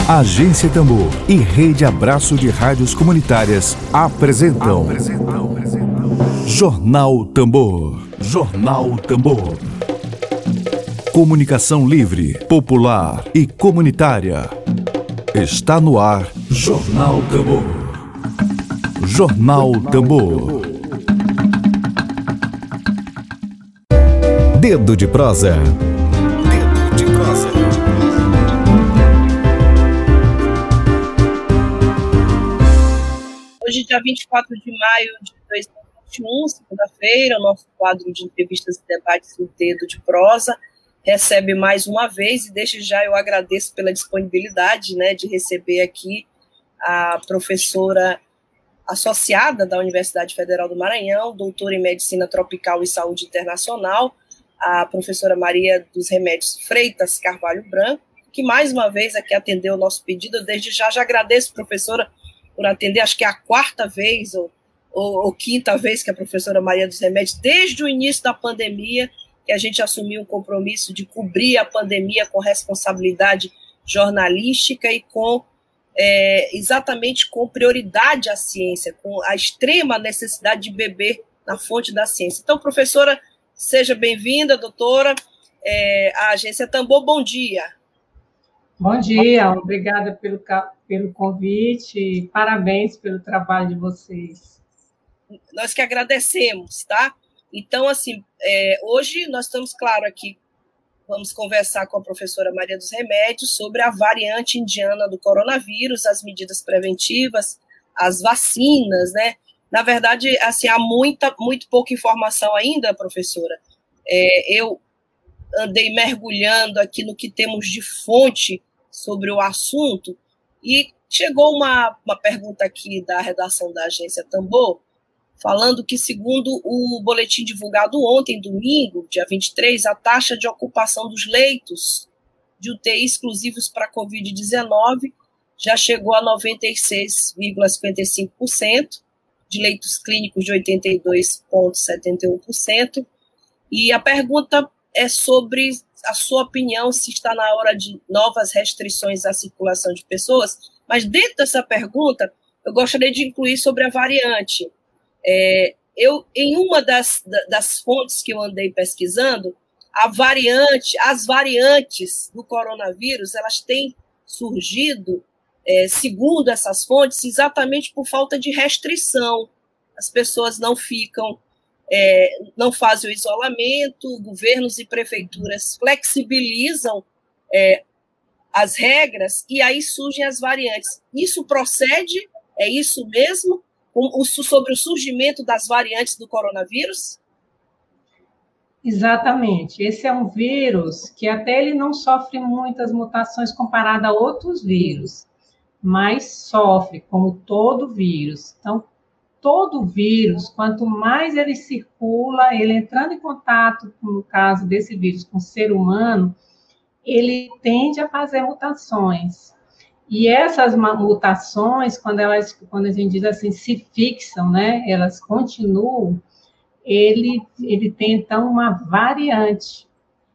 Agência Tambor e Rede Abraço de Rádios Comunitárias apresentam Jornal Tambor. Jornal Tambor. Comunicação livre, popular e comunitária. Está no ar Jornal Tambor. Jornal Tambor. Dedo de prosa. Dedo de prosa. Hoje, dia 24 de maio de 2021, segunda-feira, o nosso quadro de entrevistas e debates no Dedo de Prosa recebe mais uma vez, e desde já eu agradeço pela disponibilidade, de receber aqui a professora associada da Universidade Federal do Maranhão, doutora em Medicina Tropical e Saúde Internacional, a professora Maria dos Remédios Freitas Carvalho Branco, que mais uma vez aqui atendeu o nosso pedido. Desde já agradeço, professora, por atender, acho que é a quarta vez ou quinta vez que a professora Maria dos Remédios, desde o início da pandemia, que a gente assumiu o compromisso de cobrir a pandemia com responsabilidade jornalística e exatamente com prioridade à ciência, com a extrema necessidade de beber na fonte da ciência. Então, professora, seja bem-vinda, doutora, à Agência Tambor, bom dia. Bom dia, obrigada pelo convite e parabéns pelo trabalho de vocês. Nós que agradecemos, tá? Então, assim, hoje nós estamos, claro, aqui, vamos conversar com a professora Maria dos Remédios sobre a variante indiana do coronavírus, as medidas preventivas, as vacinas, né? Na verdade, assim, há muito pouca informação ainda, professora. Eu andei mergulhando aqui no que temos de fonte sobre o assunto, e chegou uma pergunta aqui da redação da Agência Tambor, falando que, segundo o boletim divulgado ontem, domingo, dia 23, a taxa de ocupação dos leitos de UTI exclusivos para a Covid-19 já chegou a 96,55%, de leitos clínicos de 82,71%, e a pergunta é sobre a sua opinião, se está na hora de novas restrições à circulação de pessoas, mas dentro dessa pergunta, eu gostaria de incluir sobre a variante. Em uma das fontes que eu andei pesquisando, as variantes do coronavírus, elas têm surgido, segundo essas fontes, exatamente por falta de restrição. As pessoas não fazem o isolamento, governos e prefeituras flexibilizam as regras, e aí surgem as variantes. Isso procede? É isso mesmo? Sobre o surgimento das variantes do coronavírus? Exatamente. Esse é um vírus que até ele não sofre muitas mutações comparado a outros vírus, mas sofre, como todo vírus. Então, todo vírus, quanto mais ele circula, ele entrando em contato, no caso desse vírus, com o ser humano, ele tende a fazer mutações. E essas mutações, quando a gente diz assim, se fixam, elas continuam, ele tem, então, uma variante.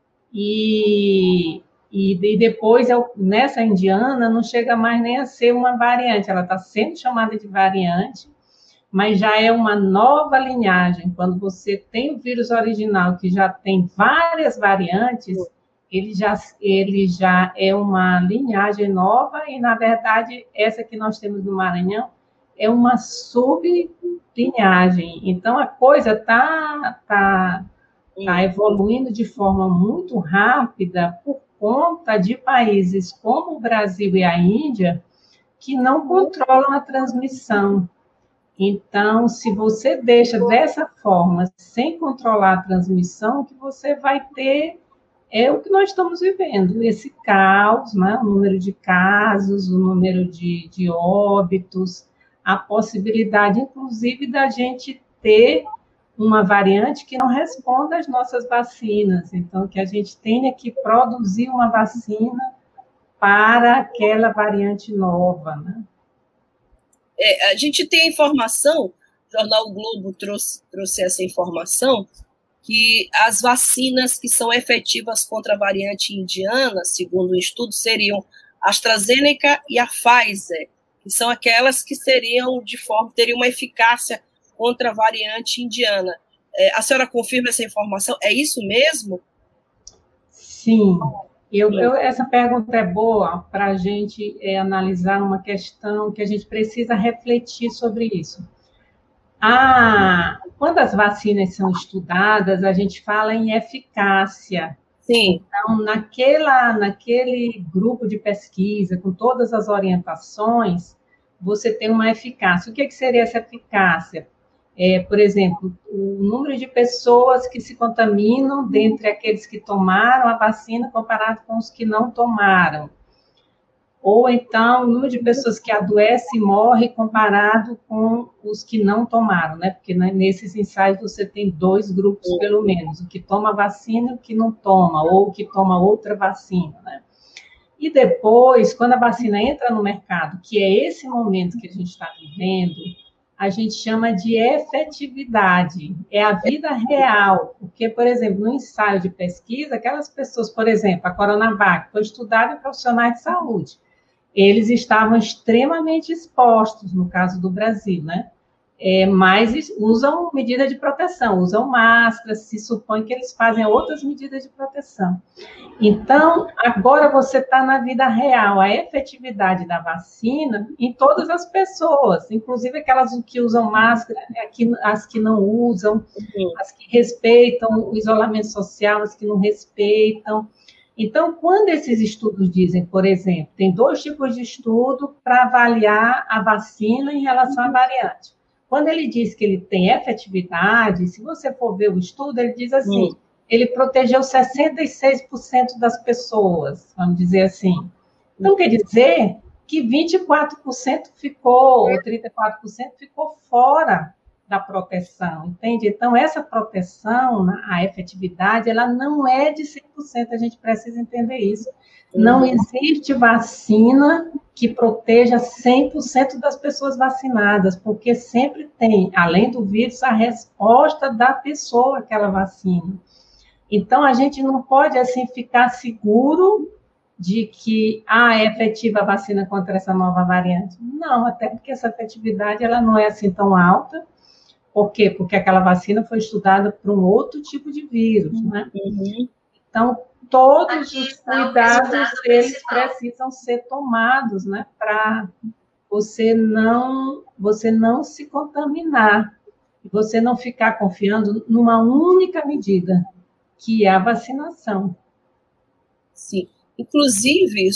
E depois, nessa indiana, não chega mais nem a ser uma variante, ela está sendo chamada de variante, mas já é uma nova linhagem. Quando você tem o vírus original, que já tem várias variantes, ele já é uma linhagem nova, e, na verdade, essa que nós temos no Maranhão é uma sublinhagem. Então, a coisa tá evoluindo de forma muito rápida por conta de países como o Brasil e a Índia, que não controlam a transmissão. Então, se você deixa dessa forma, sem controlar a transmissão, o que você vai ter é o que nós estamos vivendo, esse caos, o número de casos, o número de óbitos, a possibilidade, inclusive, da gente ter uma variante que não responda às nossas vacinas. Então, que a gente tenha que produzir uma vacina para aquela variante nova, A gente tem a informação, o jornal o Globo trouxe essa informação, que as vacinas que são efetivas contra a variante indiana, segundo o estudo, seriam a AstraZeneca e a Pfizer, que são aquelas que teriam uma eficácia contra a variante indiana. A senhora confirma essa informação? É isso mesmo? Sim. Essa pergunta é boa para a gente analisar uma questão que a gente precisa refletir sobre isso. Quando as vacinas são estudadas, a gente fala em eficácia. Sim. Então, naquele grupo de pesquisa, com todas as orientações, você tem uma eficácia. O que seria essa eficácia? Por exemplo, o número de pessoas que se contaminam dentre aqueles que tomaram a vacina comparado com os que não tomaram. Ou então, o número de pessoas que adoecem e morrem comparado com os que não tomaram, né? Porque nesses ensaios você tem 2 grupos, pelo menos, o que toma vacina e o que não toma, ou o que toma outra vacina, né? E depois, quando a vacina entra no mercado, que é esse momento que a gente está vivendo, a gente chama de efetividade, é a vida real. Porque, por exemplo, no ensaio de pesquisa, aquelas pessoas, por exemplo, a Coronavac, foi estudada em profissionais de saúde. Eles estavam extremamente expostos, no caso do Brasil, né? Mas usam medida de proteção, usam máscara, se supõe que eles fazem outras medidas de proteção. Então, agora você está na vida real, a efetividade da vacina em todas as pessoas, inclusive aquelas que usam máscara, as que não usam, as que respeitam o isolamento social, as que não respeitam. Então, quando esses estudos dizem, por exemplo, tem 2 tipos de estudo para avaliar a vacina em relação à variante. Quando ele diz que ele tem efetividade, se você for ver o estudo, ele diz assim, ele protegeu 66% das pessoas, vamos dizer assim. Então, quer dizer que 24% ficou, ou 34% ficou fora da proteção, entende? Então, essa proteção, a efetividade, ela não é de 100%, a gente precisa entender isso. Não existe vacina que proteja 100% das pessoas vacinadas, porque sempre tem, além do vírus, a resposta da pessoa àquela vacina. Então, a gente não pode, assim, ficar seguro de que é efetiva a vacina contra essa nova variante. Não, até porque essa efetividade ela não é assim tão alta. Por quê? Porque aquela vacina foi estudada para um outro tipo de vírus, né? Então, todos os cuidados, eles precisam ser tomados, né? Para você não se contaminar, você não ficar confiando numa única medida, que é a vacinação. Sim. Inclusive,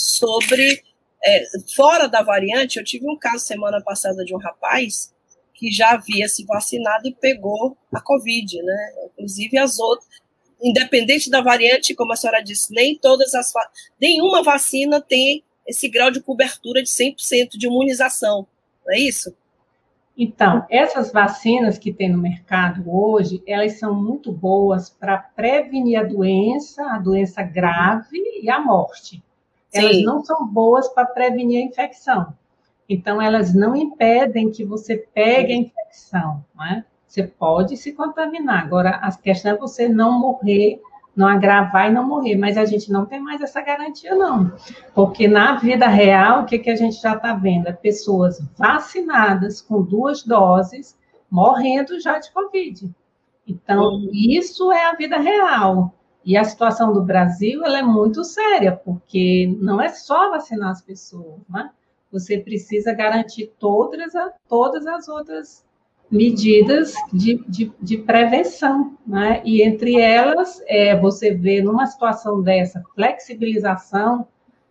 fora da variante, eu tive um caso semana passada de um rapaz que já havia se vacinado e pegou a Covid, né? Inclusive as outras, independente da variante, como a senhora disse, nenhuma vacina tem esse grau de cobertura de 100% de imunização, não é isso? Então, essas vacinas que tem no mercado hoje, elas são muito boas para prevenir a doença grave e a morte. Elas não são boas para prevenir a infecção. Então, elas não impedem que você pegue a infecção, não é? Você pode se contaminar. Agora, a questão é você não morrer, não agravar e não morrer. Mas a gente não tem mais essa garantia, não. Porque na vida real, o que a gente já está vendo? É pessoas vacinadas com 2 doses, morrendo já de Covid. Então, isso é a vida real. E a situação do Brasil, ela é muito séria, porque não é só vacinar as pessoas, né? Você precisa garantir todas as outras medidas de prevenção, né? E entre elas, você vê numa situação dessa, flexibilização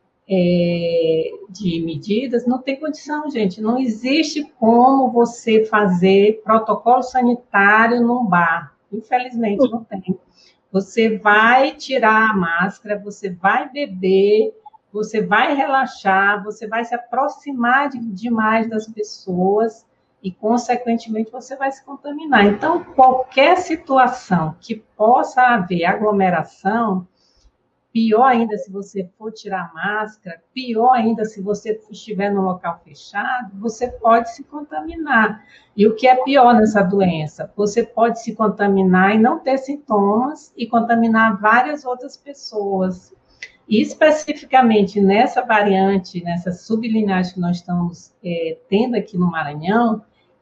de medidas, não tem condição, gente. Não existe como você fazer protocolo sanitário num bar. Infelizmente, não tem. Você vai tirar a máscara, você vai beber, você vai relaxar, você vai se aproximar demais das pessoas e, consequentemente, você vai se contaminar. Então, qualquer situação que possa haver aglomeração, pior ainda se você for tirar a máscara, pior ainda se você estiver num local fechado, você pode se contaminar. E o que é pior nessa doença? Você pode se contaminar e não ter sintomas e contaminar várias outras pessoas. E especificamente nessa variante, nessa sublinhagem que nós estamos tendo aqui no Maranhão,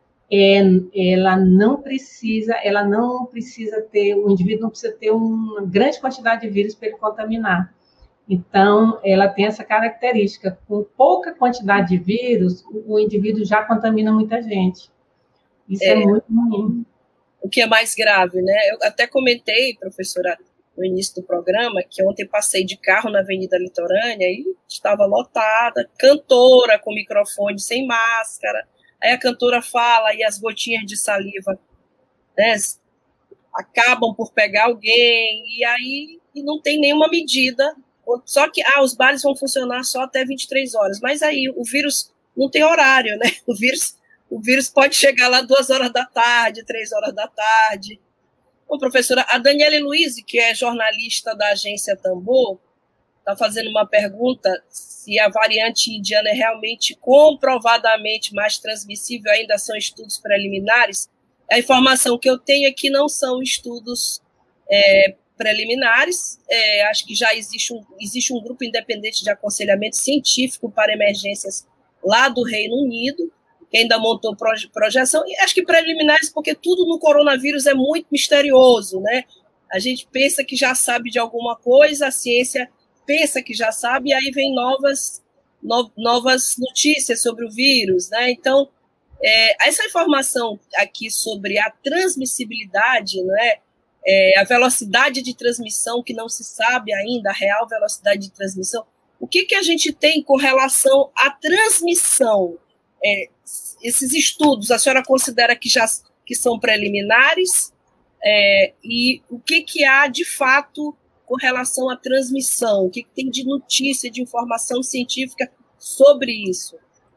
ela não precisa ter, o indivíduo não precisa ter uma grande quantidade de vírus para ele contaminar. Então, ela tem essa característica, com pouca quantidade de vírus, o indivíduo já contamina muita gente. Isso é muito ruim. O que é mais grave, né? Eu até comentei, professora, no início do programa, que ontem passei de carro na Avenida Litorânea e estava lotada, cantora com microfone sem máscara, aí a cantora fala e as gotinhas de saliva, né, acabam por pegar alguém, e aí não tem nenhuma medida, só que os bares vão funcionar só até 23 horas, mas aí o vírus não tem horário, né? O vírus pode chegar lá 2 horas da tarde, 3 horas da tarde. Bom, professora, a Daniele Luiz, que é jornalista da agência Tambor, está fazendo uma pergunta se a variante indiana é realmente comprovadamente mais transmissível, ainda são estudos preliminares. A informação que eu tenho é que não são estudos preliminares, acho que já existe um grupo independente de aconselhamento científico para emergências lá do Reino Unido, que ainda montou projeção, e acho que preliminares, porque tudo no coronavírus é muito misterioso, né? A gente pensa que já sabe de alguma coisa, a ciência pensa que já sabe, e aí vem novas notícias sobre o vírus, né? Então, essa informação aqui sobre a transmissibilidade, né? A velocidade de transmissão, que não se sabe ainda, a real velocidade de transmissão, o que a gente tem com relação à transmissão? Esses estudos, a senhora considera que são preliminares? E o que há, de fato, com relação à transmissão? O que tem de notícia, de informação científica sobre isso?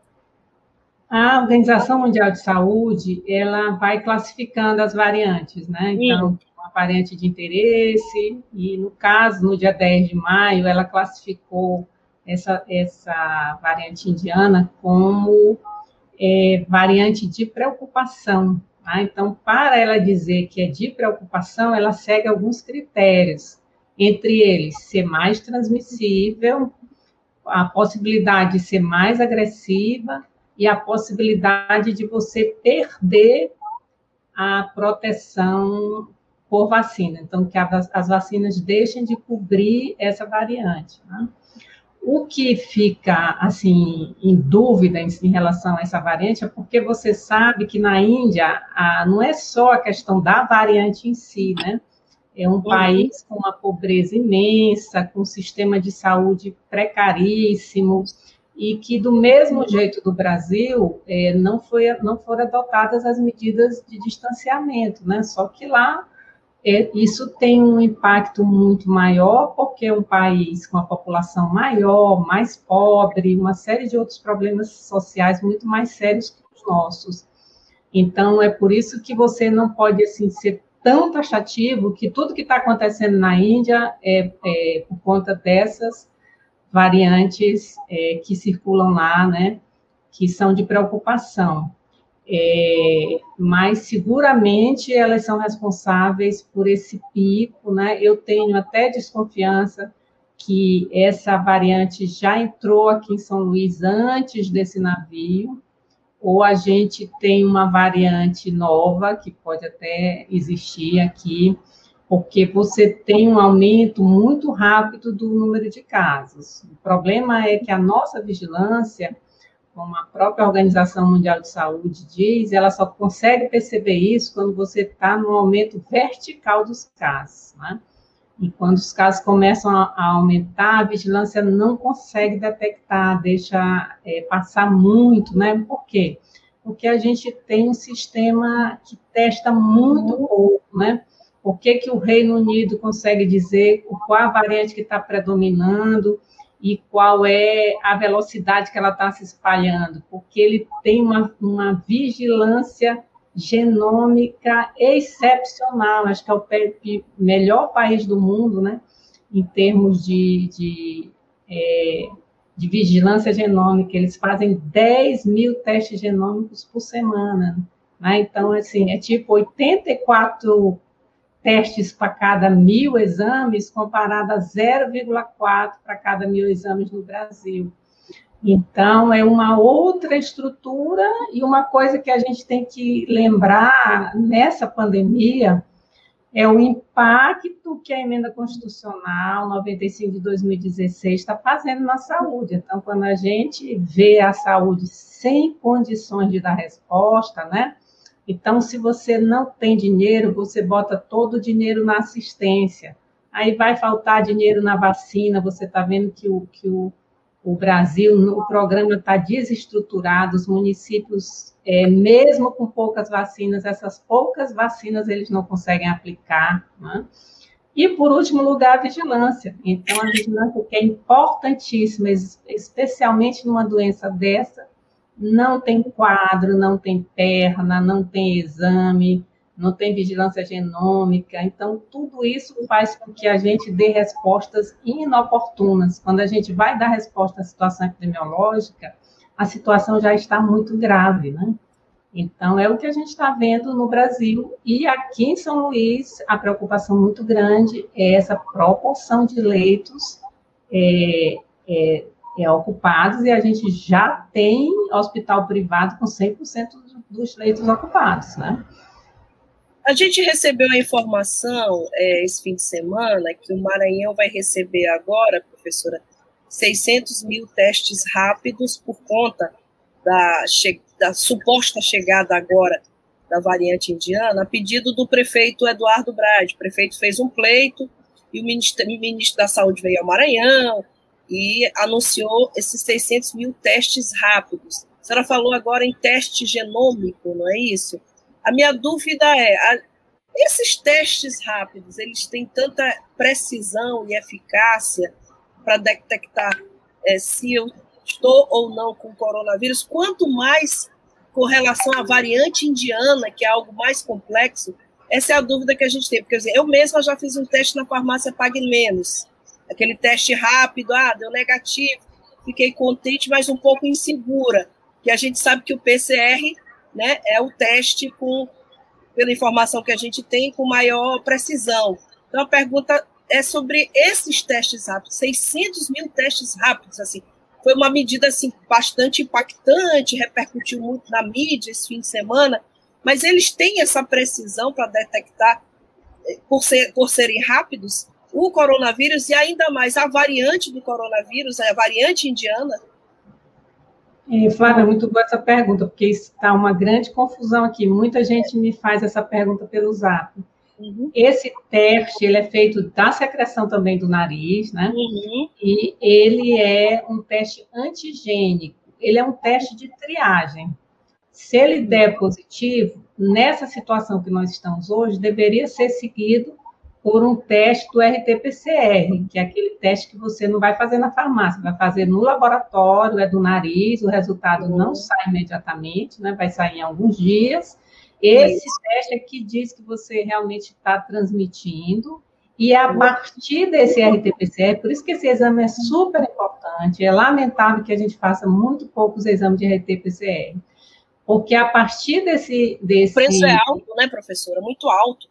A Organização Mundial de Saúde, ela vai classificando as variantes, né? Então, uma variante de interesse, e no caso, no dia 10 de maio, ela classificou essa variante indiana como variante de preocupação. Tá? Então, para ela dizer que é de preocupação, ela segue alguns critérios, entre eles, ser mais transmissível, a possibilidade de ser mais agressiva e a possibilidade de você perder a proteção por vacina. Então, que as vacinas deixem de cobrir essa variante. Né? O que fica, assim, em dúvida em relação a essa variante é porque você sabe que na Índia não é só a questão da variante em si, né? É um país com uma pobreza imensa, com um sistema de saúde precaríssimo, e que, do mesmo jeito do Brasil, não foram adotadas as medidas de distanciamento, né? Só que lá isso tem um impacto muito maior, porque é um país com a população maior, mais pobre, uma série de outros problemas sociais muito mais sérios que os nossos. Então, é por isso que você não pode, assim, ser tão taxativo que tudo que está acontecendo na Índia é por conta dessas variantes que circulam lá, né, que são de preocupação. Mas seguramente elas são responsáveis por esse pico, né? Eu tenho até desconfiança que essa variante já entrou aqui em São Luís antes desse navio, ou a gente tem uma variante nova que pode até existir aqui, porque você tem um aumento muito rápido do número de casos. O problema é que a nossa vigilância, como a própria Organização Mundial de Saúde diz, ela só consegue perceber isso quando você está no aumento vertical dos casos, né? E quando os casos começam a aumentar, a vigilância não consegue detectar, deixa passar muito, né? Por quê? Porque a gente tem um sistema que testa muito pouco, né? Por que o Reino Unido consegue dizer qual a variante que está predominando e qual é a velocidade que ela está se espalhando? Porque ele tem uma vigilância genômica excepcional. Acho que é o melhor país do mundo, né, em termos de vigilância genômica. Eles fazem 10 mil testes genômicos por semana. Né? Então, assim, é tipo 84 testes para cada 1.000 exames, comparado a 0,4 para cada 1.000 exames no Brasil. Então, é uma outra estrutura, e uma coisa que a gente tem que lembrar nessa pandemia é o impacto que a emenda constitucional 95 de 2016 está fazendo na saúde. Então, quando a gente vê a saúde sem condições de dar resposta, né? Então, se você não tem dinheiro, você bota todo o dinheiro na assistência. Aí vai faltar dinheiro na vacina, você está vendo que o Brasil, o programa está desestruturado, os municípios, mesmo com poucas vacinas, essas poucas vacinas eles não conseguem aplicar, né? E, por último lugar, a vigilância. Então, a vigilância que é importantíssima, especialmente numa doença dessa, não tem quadro, não tem perna, não tem exame, não tem vigilância genômica. Então, tudo isso faz com que a gente dê respostas inoportunas. Quando a gente vai dar resposta à situação epidemiológica, a situação já está muito grave, né? Então, é o que a gente está vendo no Brasil. E aqui em São Luís, a preocupação muito grande é essa proporção de leitos ocupados, e a gente já tem hospital privado com 100% dos leitos ocupados, né? A gente recebeu a informação esse fim de semana que o Maranhão vai receber agora, professora, 600 mil testes rápidos por conta da suposta chegada agora da variante indiana, a pedido do prefeito Eduardo Braide. O prefeito fez um pleito e o ministro da Saúde veio ao Maranhão e anunciou esses 600 mil testes rápidos. A senhora falou agora em teste genômico, não é isso? A minha dúvida é, esses testes rápidos, eles têm tanta precisão e eficácia para detectar se eu estou ou não com coronavírus, quanto mais com relação à variante indiana, que é algo mais complexo? Essa é a dúvida que a gente tem, porque eu mesma já fiz um teste na farmácia Pague Menos, aquele teste rápido, deu negativo, fiquei contente, mas um pouco insegura, que a gente sabe que o PCR, né, é o teste pela informação que a gente tem, com maior precisão. Então, a pergunta é sobre esses testes rápidos, 600 mil testes rápidos, assim, foi uma medida, assim, bastante impactante, repercutiu muito na mídia esse fim de semana, mas eles têm essa precisão para detectar, por serem rápidos, o coronavírus, e ainda mais a variante do coronavírus, a variante indiana. Flávia, é muito boa essa pergunta, porque está uma grande confusão aqui. Muita gente me faz essa pergunta pelo Zap. Uhum. Esse teste, ele é feito da secreção também do nariz, né? Uhum. E ele é um teste antigênico. Ele é um teste de triagem. Se ele der positivo, nessa situação que nós estamos hoje, deveria ser seguido por um teste do RT-PCR, que é aquele teste que você não vai fazer na farmácia, vai fazer no laboratório, é do nariz, o resultado não sai imediatamente, né? Vai sair em alguns dias. Esse teste é que diz que você realmente está transmitindo, e é a partir desse RT-PCR, por isso que esse exame é super importante, é lamentável que a gente faça muito poucos exames de RT-PCR, porque a partir desse... O preço é alto, né, professora? Muito alto.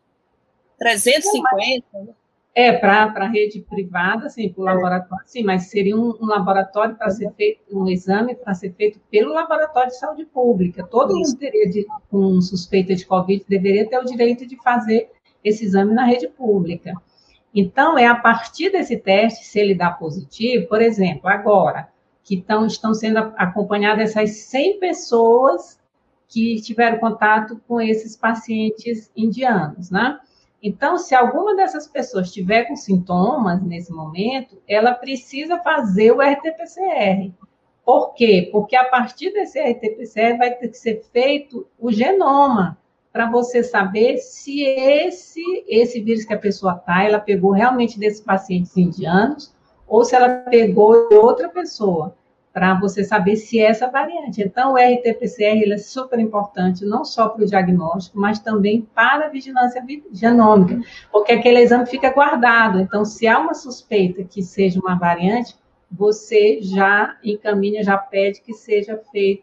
350, né? Para a rede privada, assim, para o laboratório, sim, mas seria um laboratório para ser feito, um exame para ser feito pelo laboratório de saúde pública. Todo mundo teria, com suspeita de Covid, deveria ter o direito de fazer esse exame na rede pública. Então, é a partir desse teste, se ele dá positivo, por exemplo, agora, que estão sendo acompanhadas essas 100 pessoas que tiveram contato com esses pacientes indianos, né? Então, se alguma dessas pessoas tiver com sintomas nesse momento, ela precisa fazer o RT-PCR. Por quê? Porque a partir desse RT-PCR vai ter que ser feito o genoma, para você saber se esse vírus que a pessoa ela pegou realmente desses pacientes indianos, ou se ela pegou de outra pessoa, para você saber se é essa variante. Então, o RT-PCR ele é super importante, não só para o diagnóstico, mas também para a vigilância genômica, porque aquele exame fica guardado. Então, se há uma suspeita que seja uma variante, você já encaminha, já pede que seja feito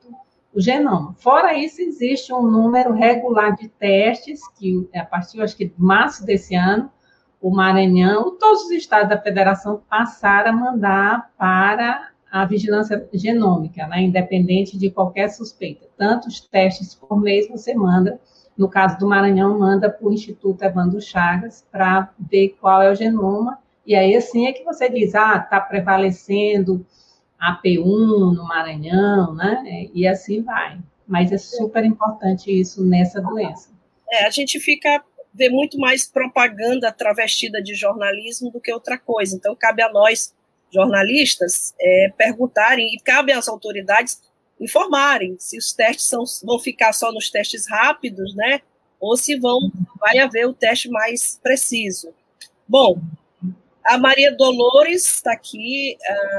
o genoma. Fora isso, existe um número regular de testes, que a partir, acho que de março desse ano, o Maranhão, todos os estados da federação passaram a mandar para a vigilância genômica, né, independente de qualquer suspeita. Tantos testes por mês você manda, no caso do Maranhão, manda para o Instituto Evandro Chagas para ver qual é o genoma, e aí assim é que você diz, está prevalecendo AP1 no Maranhão, né, e assim vai. Mas é super importante isso nessa doença. A gente vê muito mais propaganda travestida de jornalismo do que outra coisa, então cabe a nós, jornalistas, perguntarem, e cabe às autoridades informarem se os testes vão ficar só nos testes rápidos, né? Ou se vai haver o teste mais preciso. Bom, a Maria Dolores está aqui,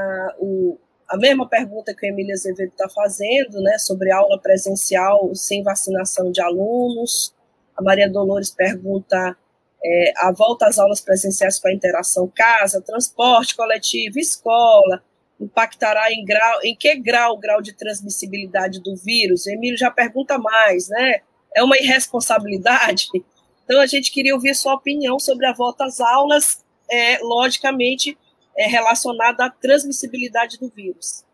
a mesma pergunta que a Emília Azevedo está fazendo, né? Sobre aula presencial sem vacinação de alunos. A Maria Dolores pergunta a volta às aulas presenciais com a interação casa, transporte coletivo, escola, impactará em que grau de transmissibilidade do vírus? O Emílio já pergunta mais, né? É uma irresponsabilidade? Então, a gente queria ouvir sua opinião sobre a volta às aulas, logicamente, relacionada à transmissibilidade do vírus.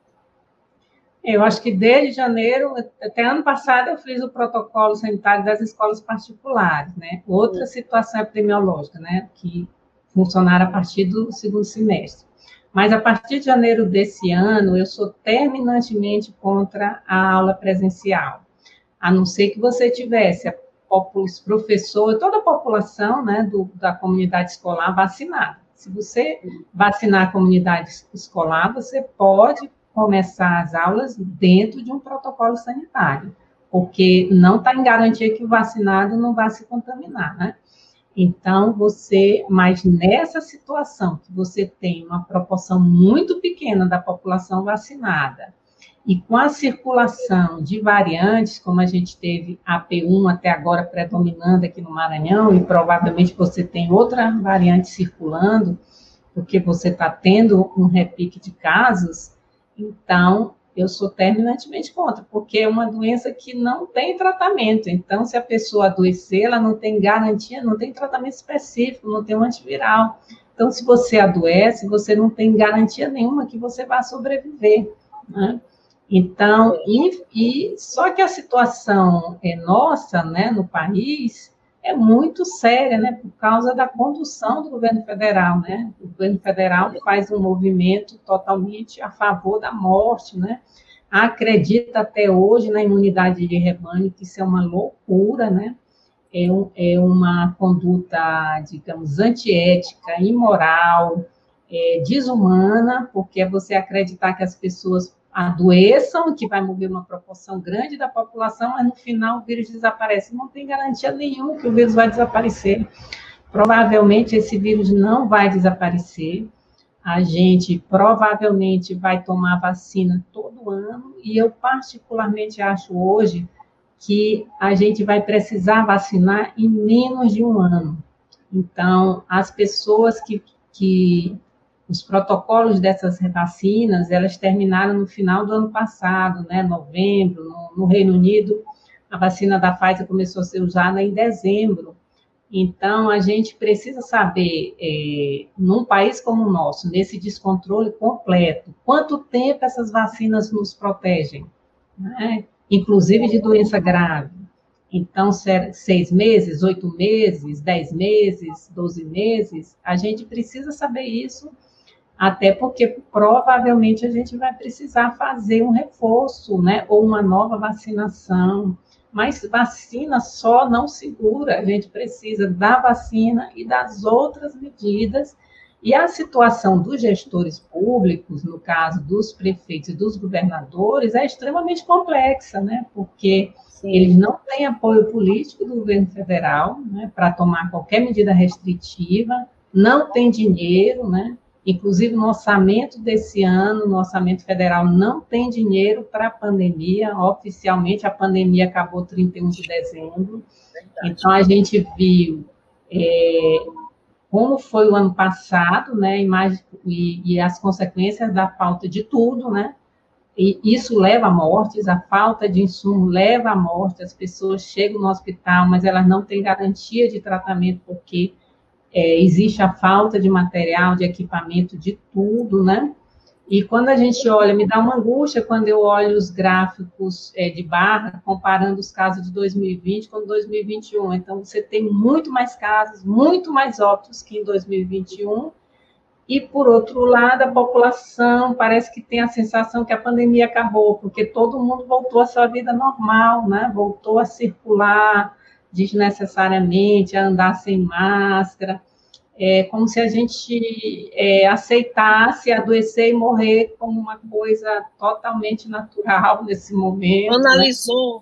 Eu acho que desde janeiro, até ano passado, eu fiz o protocolo sanitário das escolas particulares, né? Outra situação epidemiológica, né? Que funcionaram a partir do segundo semestre. Mas, a partir de janeiro desse ano, eu sou terminantemente contra a aula presencial. A não ser que você tivesse os professores, toda a população, né, da comunidade escolar vacinada. Se você vacinar a comunidade escolar, você pode começar as aulas dentro de um protocolo sanitário, porque não está em garantia que o vacinado não vai se contaminar, né? Então, mas nessa situação que você tem uma proporção muito pequena da população vacinada, e com a circulação de variantes, como a gente teve AP1 até agora predominando aqui no Maranhão, e provavelmente você tem outra variante circulando, porque você está tendo um repique de casos, então, eu sou terminantemente contra, porque é uma doença que não tem tratamento. Então, se a pessoa adoecer, ela não tem garantia, não tem tratamento específico, não tem um antiviral. Então, se você adoece, você não tem garantia nenhuma que você vá sobreviver, né? Então, só que a situação nossa, né, no país, é muito séria, né, por causa da condução do governo federal, né? O governo federal faz um movimento totalmente a favor da morte, né? Acredita até hoje na imunidade de rebanho, que isso é uma loucura, né? É uma conduta, digamos, antiética, imoral, desumana, porque é você acreditar que as pessoas adoeçam, que vai morrer uma proporção grande da população, mas no final o vírus desaparece. Não tem garantia nenhuma que o vírus vai desaparecer. Provavelmente esse vírus não vai desaparecer. A gente provavelmente vai tomar vacina todo ano, e eu particularmente acho hoje que a gente vai precisar vacinar em menos de um ano. Então, as pessoas os protocolos dessas vacinas, elas terminaram no final do ano passado, né, novembro, no Reino Unido, a vacina da Pfizer começou a ser usada em dezembro. Então, a gente precisa saber, num país como o nosso, nesse descontrole completo, quanto tempo essas vacinas nos protegem, né? Inclusive de doença grave. Então, 6 meses, 8 meses, 10 meses, 12 meses, a gente precisa saber isso, até porque provavelmente a gente vai precisar fazer um reforço, né, ou uma nova vacinação, mas vacina só não segura, a gente precisa da vacina e das outras medidas, e a situação dos gestores públicos, no caso dos prefeitos e dos governadores, é extremamente complexa, né, porque eles não têm apoio político do governo federal, né, para tomar qualquer medida restritiva, não tem dinheiro, né? Inclusive, no orçamento desse ano, no orçamento federal, não tem dinheiro para a pandemia. Oficialmente, a pandemia acabou 31 de dezembro. Então, a gente viu como foi o ano passado, né? E as consequências da falta de tudo, né? e isso leva a mortes, a falta de insumo leva à morte, as pessoas chegam no hospital, mas elas não têm garantia de tratamento, porque existe a falta de material, de equipamento, de tudo, né? E quando a gente olha, me dá uma angústia quando eu olho os gráficos de barra, comparando os casos de 2020 com 2021. Então, você tem muito mais casos, muito mais óbitos que em 2021. E, por outro lado, a população parece que tem a sensação que a pandemia acabou, porque todo mundo voltou à sua vida normal, né? Voltou a circular desnecessariamente, a andar sem máscara. É como se a gente aceitasse adoecer e morrer como uma coisa totalmente natural nesse momento. Analisou.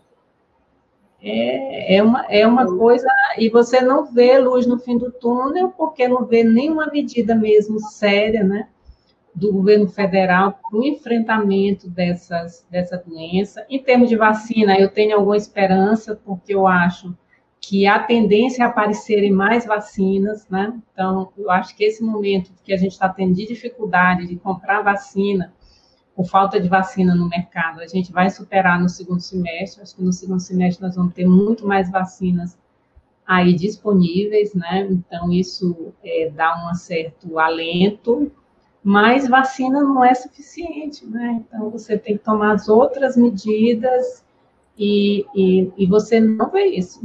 Né? É uma coisa... E você não vê luz no fim do túnel, porque não vê nenhuma medida mesmo séria, né, do governo federal para o enfrentamento dessa doença. Em termos de vacina, eu tenho alguma esperança, porque eu acho que a tendência é aparecerem mais vacinas, né? Então, eu acho que esse momento que a gente está tendo de dificuldade de comprar vacina, por falta de vacina no mercado, a gente vai superar no segundo semestre. Acho que no segundo semestre nós vamos ter muito mais vacinas aí disponíveis, né? Então, isso dá um certo alento, mas vacina não é suficiente, né? Então, você tem que tomar as outras medidas e você não vê isso.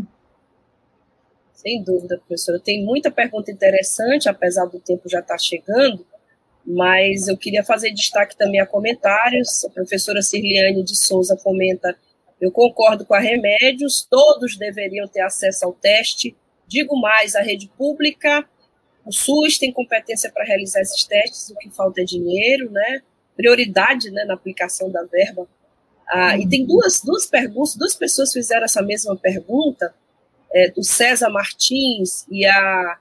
Sem dúvida, professora. Tem muita pergunta interessante, apesar do tempo já estar chegando, mas eu queria fazer destaque também a comentários. A professora Cirliane de Souza comenta: eu concordo com a Remédios, todos deveriam ter acesso ao teste. Digo mais, a rede pública, o SUS tem competência para realizar esses testes, o que falta é dinheiro, né? Prioridade, né, na aplicação da verba. E tem duas perguntas, duas pessoas fizeram essa mesma pergunta, do César Martins e a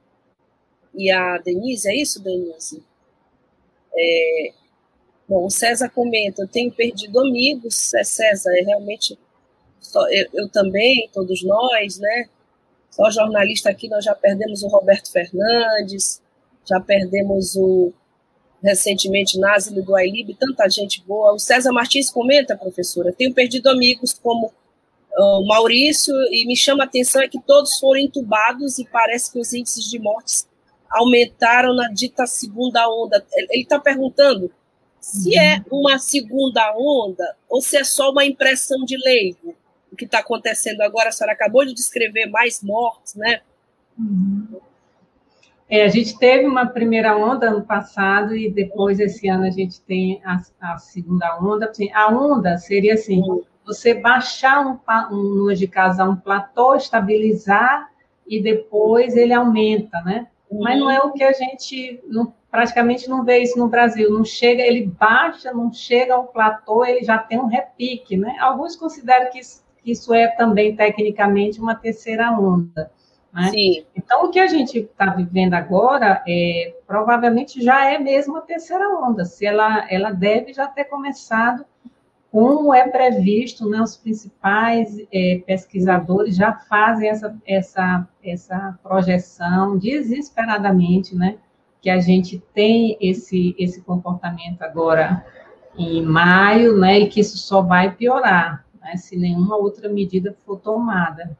Denise, é isso, Denise? Bom, o César comenta: eu tenho perdido amigos. César, realmente, eu também, todos nós, né? Só jornalista aqui, nós já perdemos o Roberto Fernandes, já perdemos recentemente, Názilo do Ailib, tanta gente boa. O César Martins comenta, professora: tenho perdido amigos como o Maurício, e me chama a atenção que todos foram entubados e parece que os índices de mortes aumentaram na dita segunda onda. Ele está perguntando se é uma segunda onda ou se é só uma impressão de leigo. O que está acontecendo agora, a senhora acabou de descrever mais mortes, né? A gente teve uma primeira onda ano passado e depois, esse ano, a gente tem a segunda onda. A onda seria assim: você baixar um número de casos a um platô, estabilizar, e depois ele aumenta, né? Mas não é o que a gente praticamente não vê isso no Brasil. Não chega, ele baixa, não chega ao platô, ele já tem um repique, né? Alguns consideram que isso é também, tecnicamente, uma terceira onda, né? Sim. Então, o que a gente está vivendo agora provavelmente já é mesmo a terceira onda. Se ela deve já ter começado, como é previsto, né? Os principais pesquisadores já fazem essa projeção desesperadamente, né? Que a gente tem esse comportamento agora em maio, né? E que isso só vai piorar, né, se nenhuma outra medida for tomada.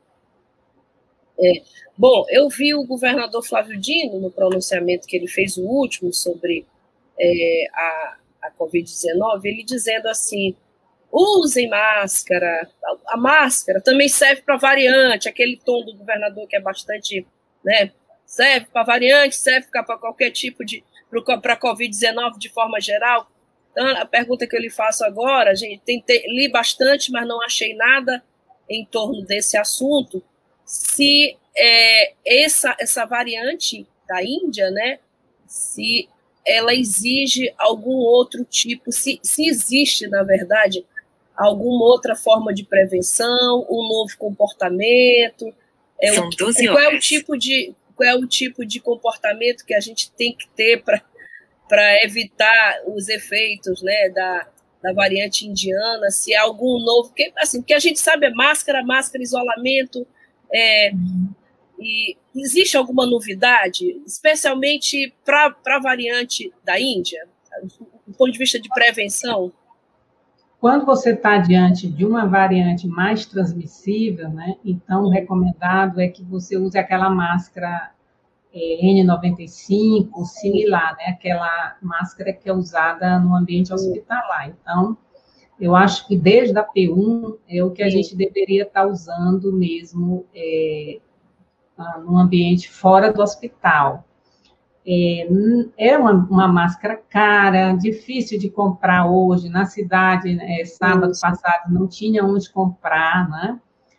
Bom, eu vi o governador Flávio Dino, no pronunciamento que ele fez, o último, sobre a Covid-19, ele dizendo assim: usem máscara, a máscara também serve para variante, aquele tom do governador que é bastante, né, serve para variante, serve para qualquer tipo de, para a Covid-19 de forma geral. Então, a pergunta que eu lhe faço agora, gente, li bastante, mas não achei nada em torno desse assunto, se essa variante da Índia, né, se ela exige algum outro tipo, se existe, na verdade, alguma outra forma de prevenção, um novo comportamento. São 12 horas. Qual é o tipo de comportamento que a gente tem que ter para evitar os efeitos, né, da variante indiana, se há algum novo, porque, assim, porque a gente sabe máscara, isolamento, e existe alguma novidade, especialmente para a variante da Índia, do ponto de vista de prevenção? quando você está diante de uma variante mais transmissível, né, então o recomendado é que você use aquela máscara N95, similar, né, aquela máscara que é usada no ambiente hospitalar. Então, eu acho que desde a P1 é o que a gente deveria estar usando mesmo no ambiente fora do hospital. É uma máscara cara, difícil de comprar hoje. Na cidade, sábado passado, não tinha onde comprar, né?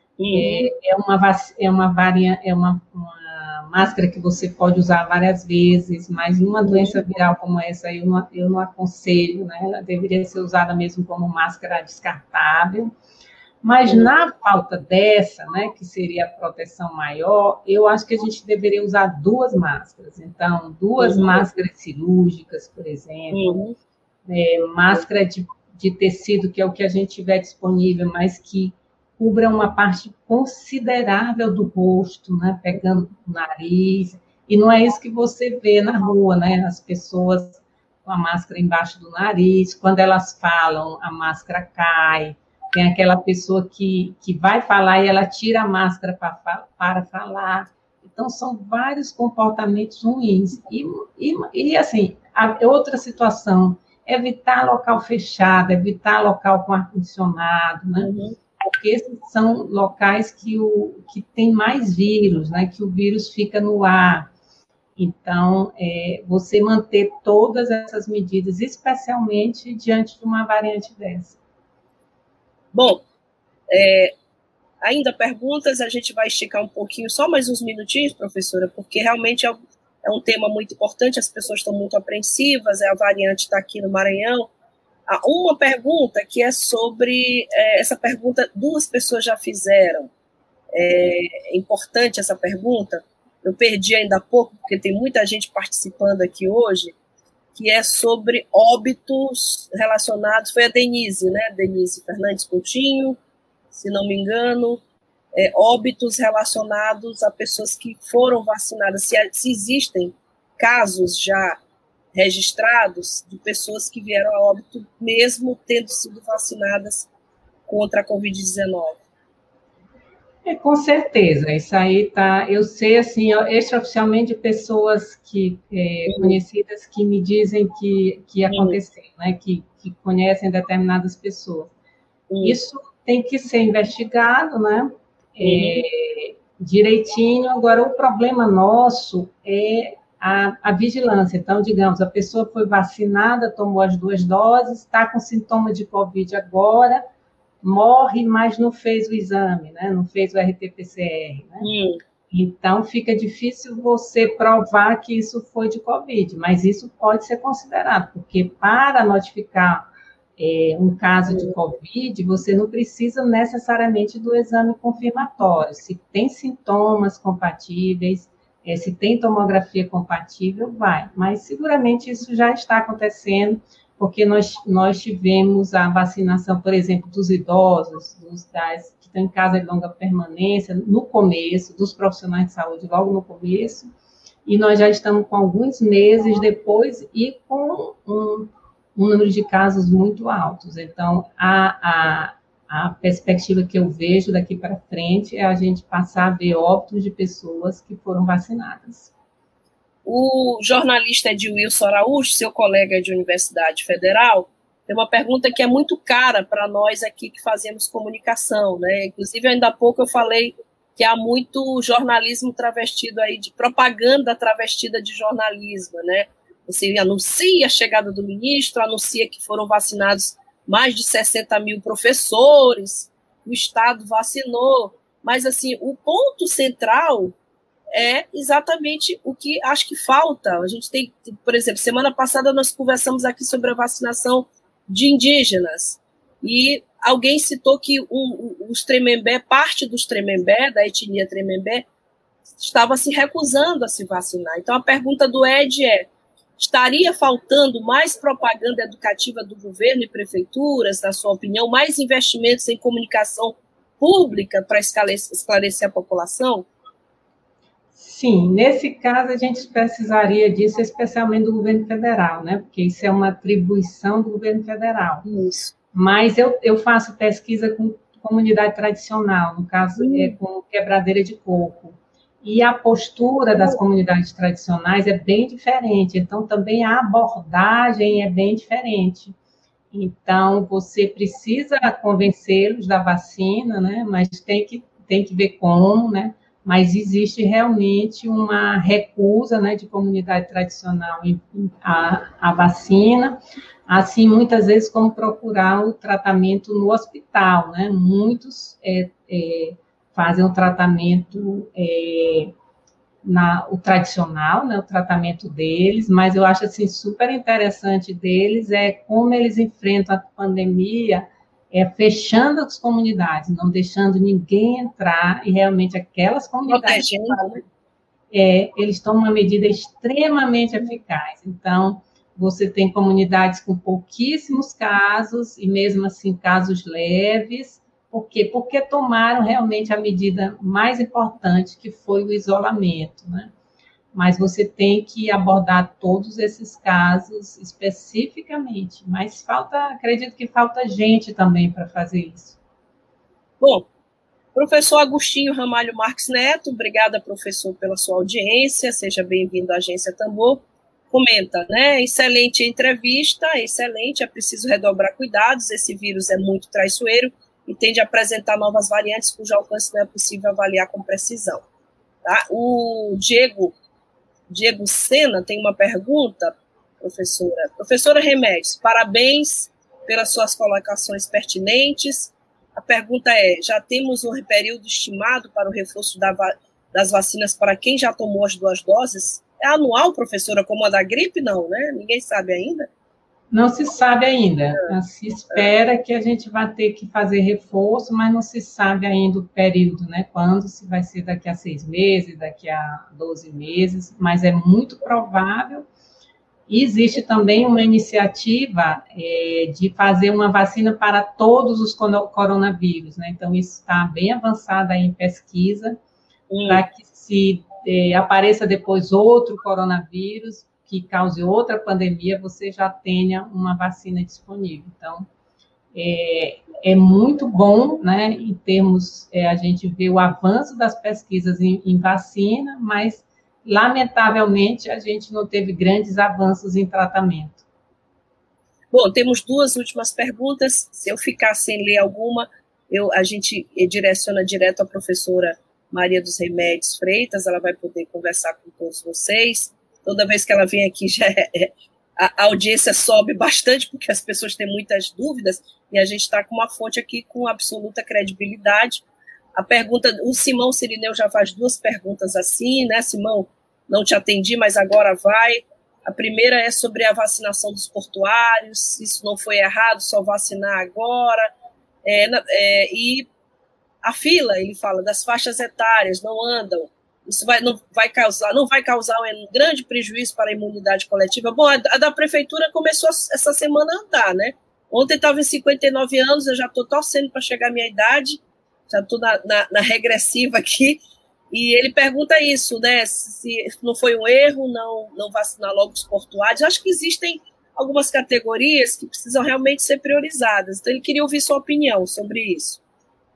É uma máscara que você pode usar várias vezes, mas numa doença viral como essa, eu não aconselho, né? Ela deveria ser usada mesmo como máscara descartável. Mas na falta dessa, né, que seria a proteção maior, eu acho que a gente deveria usar 2 máscaras. Então, 2 máscaras cirúrgicas, por exemplo, máscara de tecido, que é o que a gente tiver disponível, mas que cubra uma parte considerável do rosto, né, pegando o nariz. E não é isso que você vê na rua, né, as pessoas com a máscara embaixo do nariz, quando elas falam, a máscara cai. Tem aquela pessoa que vai falar e ela tira a máscara para falar. Então, são vários comportamentos ruins. E assim, outra situação, evitar local fechado, evitar local com ar-condicionado, né? Porque esses são locais que tem mais vírus, né? Que o vírus fica no ar. Então, você manter todas essas medidas, especialmente diante de uma variante dessa. Bom, ainda perguntas, a gente vai esticar um pouquinho, só mais uns minutinhos, professora, porque realmente é um tema muito importante, as pessoas estão muito apreensivas, a variante está aqui no Maranhão. Uma pergunta que é sobre, essa pergunta 2 pessoas já fizeram, é importante essa pergunta, eu perdi ainda há pouco, porque tem muita gente participando aqui hoje, que é sobre óbitos relacionados, foi a Denise, né? Denise Fernandes Coutinho, se não me engano, óbitos relacionados a pessoas que foram vacinadas, se existem casos já registrados de pessoas que vieram a óbito mesmo tendo sido vacinadas contra a Covid-19. Com certeza, isso aí tá. Eu sei, assim, extraoficialmente de pessoas conhecidas que me dizem que aconteceu, né? Que conhecem determinadas pessoas. Isso tem que ser investigado, né? Direitinho. Agora, o problema nosso é a vigilância. Então, digamos, a pessoa foi vacinada, tomou as 2 doses, está com sintoma de Covid agora, morre, mas não fez o exame, né? Não fez o RT-PCR, né? Então, fica difícil você provar que isso foi de Covid, mas isso pode ser considerado, porque para notificar um caso de Covid, você não precisa necessariamente do exame confirmatório. Se tem sintomas compatíveis, se tem tomografia compatível, vai. Mas, seguramente, isso já está acontecendo, porque nós tivemos a vacinação, por exemplo, dos idosos, que estão em casa de longa permanência, no começo, dos profissionais de saúde, logo no começo, e nós já estamos com alguns meses depois e com um número de casos muito altos. Então, a perspectiva que eu vejo daqui para frente é a gente passar a ver óbitos de pessoas que foram vacinadas. O jornalista Edilson Araújo, seu colega de Universidade Federal, tem uma pergunta que é muito cara para nós aqui que fazemos comunicação, né? Inclusive, ainda há pouco eu falei que há muito jornalismo travestido aí, de propaganda travestida de jornalismo, né? Você anuncia a chegada do ministro, anuncia que foram vacinados mais de 60 mil professores, o Estado vacinou, mas, assim, o ponto central é exatamente o que acho que falta. A gente tem, por exemplo, semana passada nós conversamos aqui sobre a vacinação de indígenas, e alguém citou que os Tremembé, parte dos Tremembé, da etnia Tremembé, estava se recusando a se vacinar. Então, a pergunta do Ed é: estaria faltando mais propaganda educativa do governo e prefeituras, na sua opinião, mais investimentos em comunicação pública para esclarecer a população? Sim, nesse caso a gente precisaria disso, especialmente do governo federal, né? Porque isso é uma atribuição do governo federal. Isso. mas eu faço pesquisa com comunidade tradicional, no caso, com quebradeira de coco. E a postura das comunidades tradicionais é bem diferente, então também a abordagem é bem diferente. Então, você precisa convencê-los da vacina, né? Mas tem que ver como, né? Mas existe realmente uma recusa, né, de comunidade tradicional à vacina, assim, muitas vezes, como procurar o tratamento no hospital, né? Muitos fazem o tratamento o tradicional, né, o tratamento deles, mas eu acho assim super interessante deles é como eles enfrentam a pandemia, fechando as comunidades, não deixando ninguém entrar, e realmente aquelas comunidades eles tomam uma medida extremamente eficaz. Então, você tem comunidades com pouquíssimos casos, e mesmo assim casos leves. Por quê? Porque tomaram realmente a medida mais importante, que foi o isolamento, né? Mas você tem que abordar todos esses casos especificamente. Mas acredito que falta gente também para fazer isso. Bom, professor Agostinho Ramalho Marques Neto, obrigada, professor, pela sua audiência. Seja bem-vindo à Agência Tambor. Comenta, né? Excelente entrevista, excelente. É preciso redobrar cuidados. Esse vírus é muito traiçoeiro e tende a apresentar novas variantes cujo alcance não é possível avaliar com precisão. Tá? O Diego Sena tem uma pergunta, professora. Professora Remédios, parabéns pelas suas colocações pertinentes. A pergunta é, já temos um período estimado para o reforço das vacinas para quem já tomou as 2 doses? É anual, professora, como a da gripe? Não, né? Ninguém sabe ainda. Não se sabe ainda. Se espera que a gente vai ter que fazer reforço, mas não se sabe ainda o período, né? Quando, se vai ser daqui a 6 meses, daqui a 12 meses, mas é muito provável. E existe também uma iniciativa de fazer uma vacina para todos os coronavírus, né? Então, isso está bem avançado aí em pesquisa, para que se apareça depois outro coronavírus, que cause outra pandemia, você já tenha uma vacina disponível. Então, é muito bom, né, em termos, a gente vê o avanço das pesquisas em vacina, mas, lamentavelmente, a gente não teve grandes avanços em tratamento. Bom, temos 2 últimas perguntas. Se eu ficar sem ler alguma, a gente direciona direto à professora Maria dos Remédios Freitas, ela vai poder conversar com todos vocês. Toda vez que ela vem aqui, a audiência sobe bastante, porque as pessoas têm muitas dúvidas, e a gente está com uma fonte aqui com absoluta credibilidade. A pergunta, o Simão Cirineu já faz 2 perguntas assim, né, Simão? Não te atendi, mas agora vai. A primeira é sobre a vacinação dos portuários, isso não foi errado, só vacinar agora. E a fila, ele fala, das faixas etárias não andam. Isso não vai causar um grande prejuízo para a imunidade coletiva. Bom, a da prefeitura começou essa semana a andar, né? Ontem estava em 59 anos, eu já estou torcendo para chegar à minha idade, já estou na regressiva aqui, e ele pergunta isso, né? Se não foi um erro não vacinar logo os portuários. Acho que existem algumas categorias que precisam realmente ser priorizadas. Então, ele queria ouvir sua opinião sobre isso.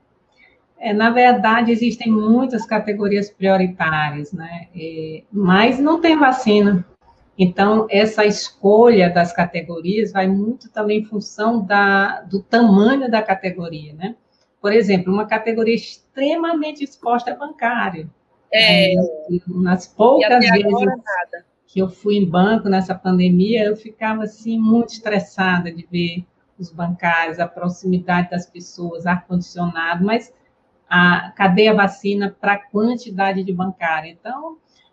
Na verdade, existem muitas categorias prioritárias, né? Mas não tem vacina. Então, essa escolha das categorias vai muito também em função do tamanho da categoria, né? Por exemplo, uma categoria extremamente exposta é bancária. Nas poucas vezes que eu fui em banco nessa pandemia, eu ficava, assim, muito estressada de ver os bancários, a proximidade das pessoas, ar-condicionado, mas cadê a vacina para a quantidade de bancária? Então,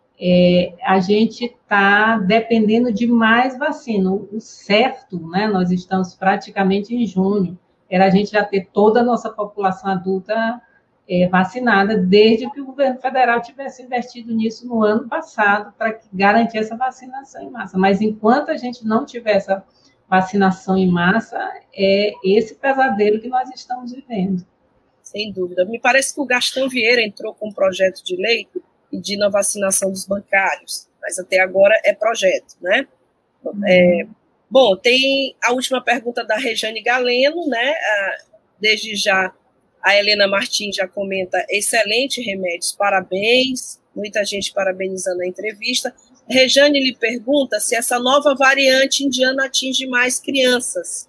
a gente está dependendo de mais vacina. O certo, né, nós estamos praticamente em junho, era a gente já ter toda a nossa população adulta vacinada, desde que o governo federal tivesse investido nisso no ano passado, para garantir essa vacinação em massa. Mas, enquanto a gente não tiver essa vacinação em massa, é esse pesadelo que nós estamos vivendo. Sem dúvida. Me parece que o Gastão Vieira entrou com um projeto de lei pedindo a vacinação dos bancários, mas até agora é projeto, né? Bom, tem a última pergunta da Rejane Galeno, né? Desde já, a Helena Martins já comenta: excelente remédios, parabéns. Muita gente parabenizando a entrevista. Rejane lhe pergunta se essa nova variante indiana atinge mais crianças.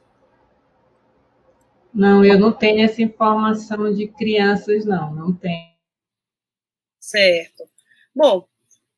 Não, eu não tenho essa informação de crianças, não tenho. Certo. Bom,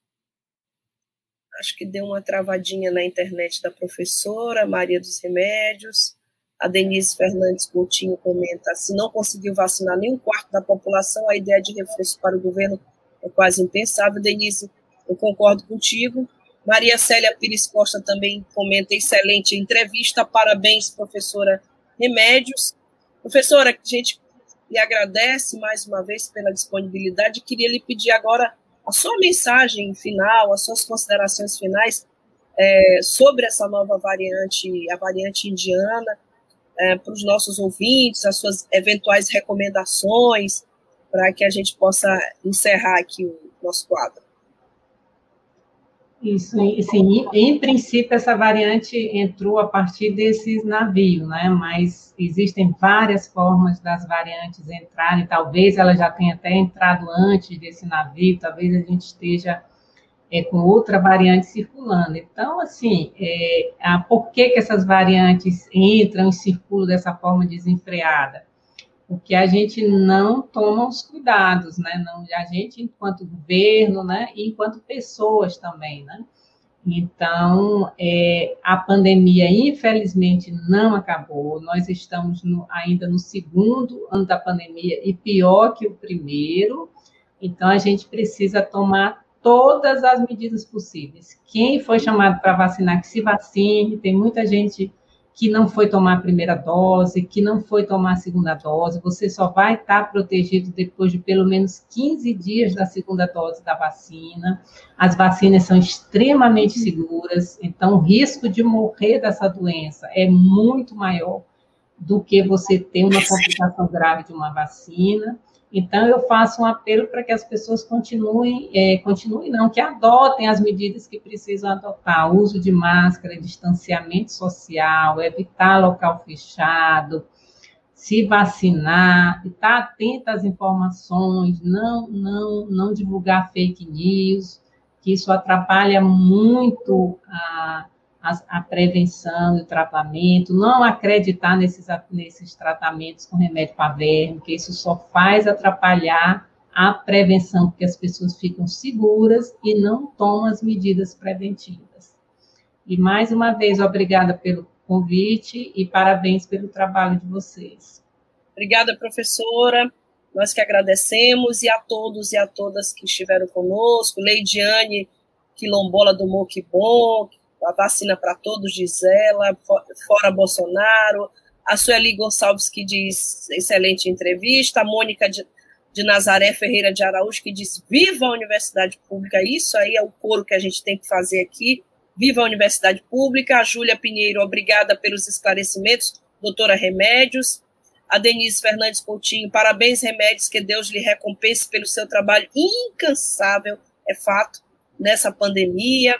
acho que deu uma travadinha na internet da professora Maria dos Remédios. A Denise Fernandes Coutinho comenta: se não conseguiu vacinar nem um quarto da população, a ideia de reforço para o governo é quase impensável. Denise, eu concordo contigo. Maria Célia Pires Costa também comenta: excelente entrevista, parabéns, professora Remédios. Professora, a gente lhe agradece mais uma vez pela disponibilidade. Queria lhe pedir agora a sua mensagem final, as suas considerações finais sobre essa nova variante, a variante indiana, para os nossos ouvintes, as suas eventuais recomendações, para que a gente possa encerrar aqui o nosso quadro. Isso, sim, em princípio, essa variante entrou a partir desses navios, né? Mas existem várias formas das variantes entrarem, talvez ela já tenha até entrado antes desse navio, talvez a gente esteja com outra variante circulando. Então, assim, por que essas variantes entram e circulam dessa forma desenfreada? Porque a gente não toma os cuidados, né? Não, a gente, enquanto governo, né? E enquanto pessoas também, né? Então, a pandemia, infelizmente, não acabou. Nós estamos ainda no segundo ano da pandemia e pior que o primeiro. Então, a gente precisa tomar todas as medidas possíveis. Quem foi chamado para vacinar, que se vacine. Tem muita gente que não foi tomar a primeira dose, que não foi tomar a segunda dose. Você só vai estar protegido depois de pelo menos 15 dias da segunda dose da vacina. As vacinas são extremamente seguras, então o risco de morrer dessa doença é muito maior do que você ter uma complicação grave de uma vacina. Então, eu faço um apelo para que as pessoas que adotem as medidas que precisam adotar: uso de máscara, distanciamento social, evitar local fechado, se vacinar, estar atento às informações, não divulgar fake news, que isso atrapalha muito a prevenção e o tratamento, não acreditar nesses tratamentos com remédio para verme, que isso só faz atrapalhar a prevenção, porque as pessoas ficam seguras e não tomam as medidas preventivas. E, mais uma vez, obrigada pelo convite e parabéns pelo trabalho de vocês. Obrigada, professora. Nós que agradecemos, e a todos e a todas que estiveram conosco. Leidiane Quilombola do Moquibon, a vacina para todos, diz ela, fora Bolsonaro. A Sueli Gonçalves, que diz: excelente entrevista. A Mônica de Nazaré Ferreira de Araújo, que diz: viva a universidade pública. Isso aí é o coro que a gente tem que fazer aqui. Viva a universidade pública. A Júlia Pinheiro, obrigada pelos esclarecimentos. Doutora Remédios. A Denise Fernandes Coutinho: parabéns, Remédios, que Deus lhe recompense pelo seu trabalho incansável, é fato, nessa pandemia.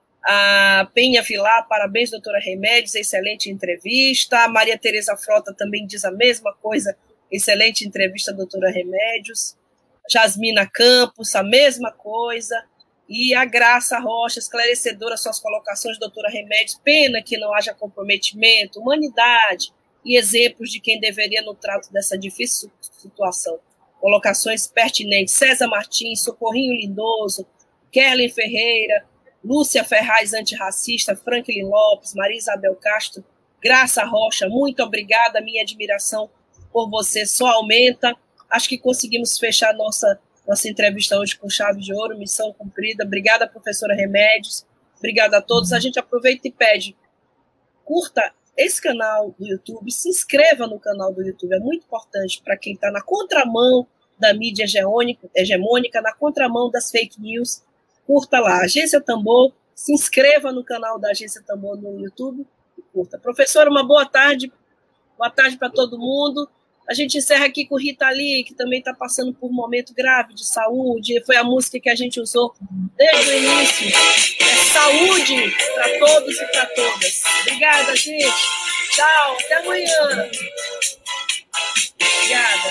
A Penha Vilar: parabéns, doutora Remédios, excelente entrevista. A Maria Tereza Frota também diz a mesma coisa: excelente entrevista, doutora Remédios. Jasmina Campos, a mesma coisa. E a Graça Rocha, esclarecedora suas colocações, doutora Remédios: pena que não haja comprometimento, humanidade e exemplos de quem deveria no trato dessa difícil situação. Colocações pertinentes: César Martins, Socorrinho Lindoso, Kerlin Ferreira, Lúcia Ferraz, antirracista, Franklin Lopes, Maria Isabel Castro, Graça Rocha, muito obrigada. Minha admiração por você só aumenta. Acho que conseguimos fechar nossa entrevista hoje com chave de ouro, missão cumprida. Obrigada, professora Remédios. Obrigada a todos. A gente aproveita e pede: curta esse canal do YouTube, se inscreva no canal do YouTube. É muito importante para quem está na contramão da mídia hegemônica, na contramão das fake news. Curta lá, Agência Tambor, se inscreva no canal da Agência Tambor no YouTube e curta. Professora, uma boa tarde para todo mundo. A gente encerra aqui com Rita Lee, que também está passando por um momento grave de saúde. Foi a música que a gente usou desde o início. É saúde para todos e para todas. Obrigada, gente. Tchau, até amanhã. Obrigada.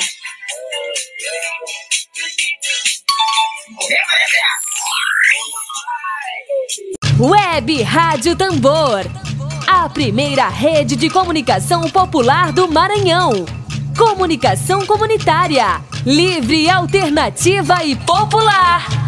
Web Rádio Tambor, a primeira rede de comunicação popular do Maranhão. Comunicação comunitária, livre, alternativa e popular.